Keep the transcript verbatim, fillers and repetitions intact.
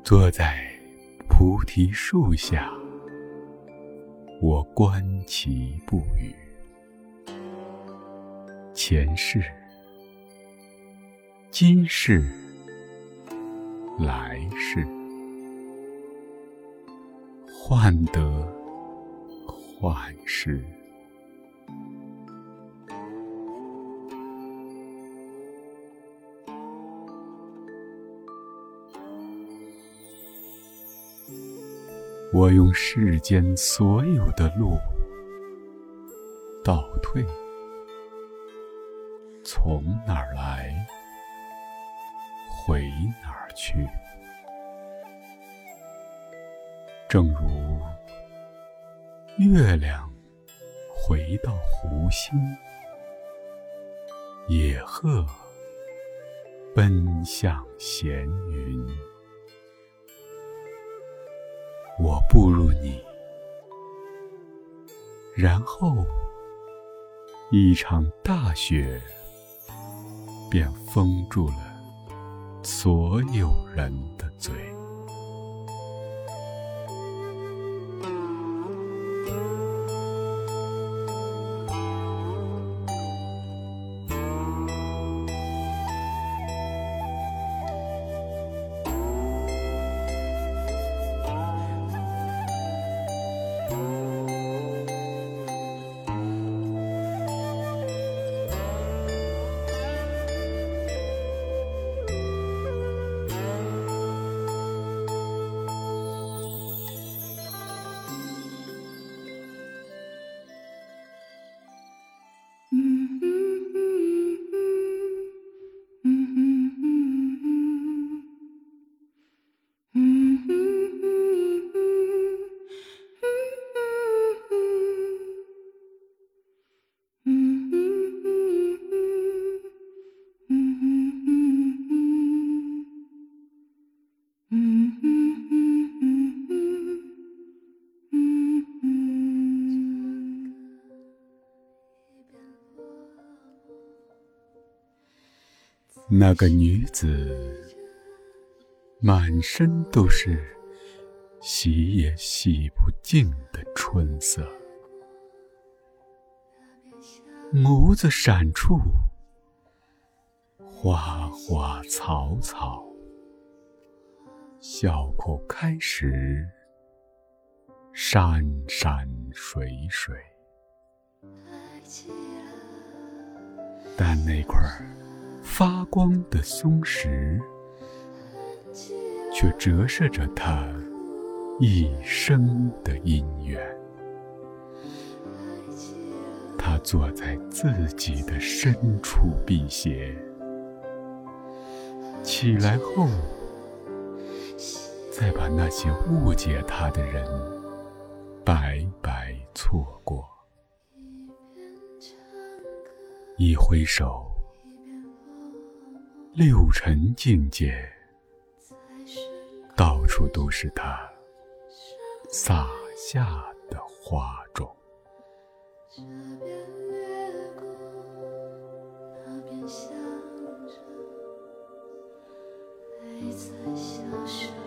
坐在菩提树下，我观其不语。前世、今世、来世，患得患失。我用世间所有的路倒退，从哪儿来，回哪儿去。正如月亮回到湖心，野鹤奔向闲云。我步入你，然后一场大雪便封住了所有人的嘴。那个女子满身都是洗也洗不净的春色，眸子闪处花花草草，笑口开时山山水水。但那块发光的松石却折射着他一生的因缘。他坐在自己的深处辟邪，起来后再把那些误解他的人白白错过。一挥手，六尘境界，到处都是他洒下的花种。 这边掠过，那边想着，泪在消失。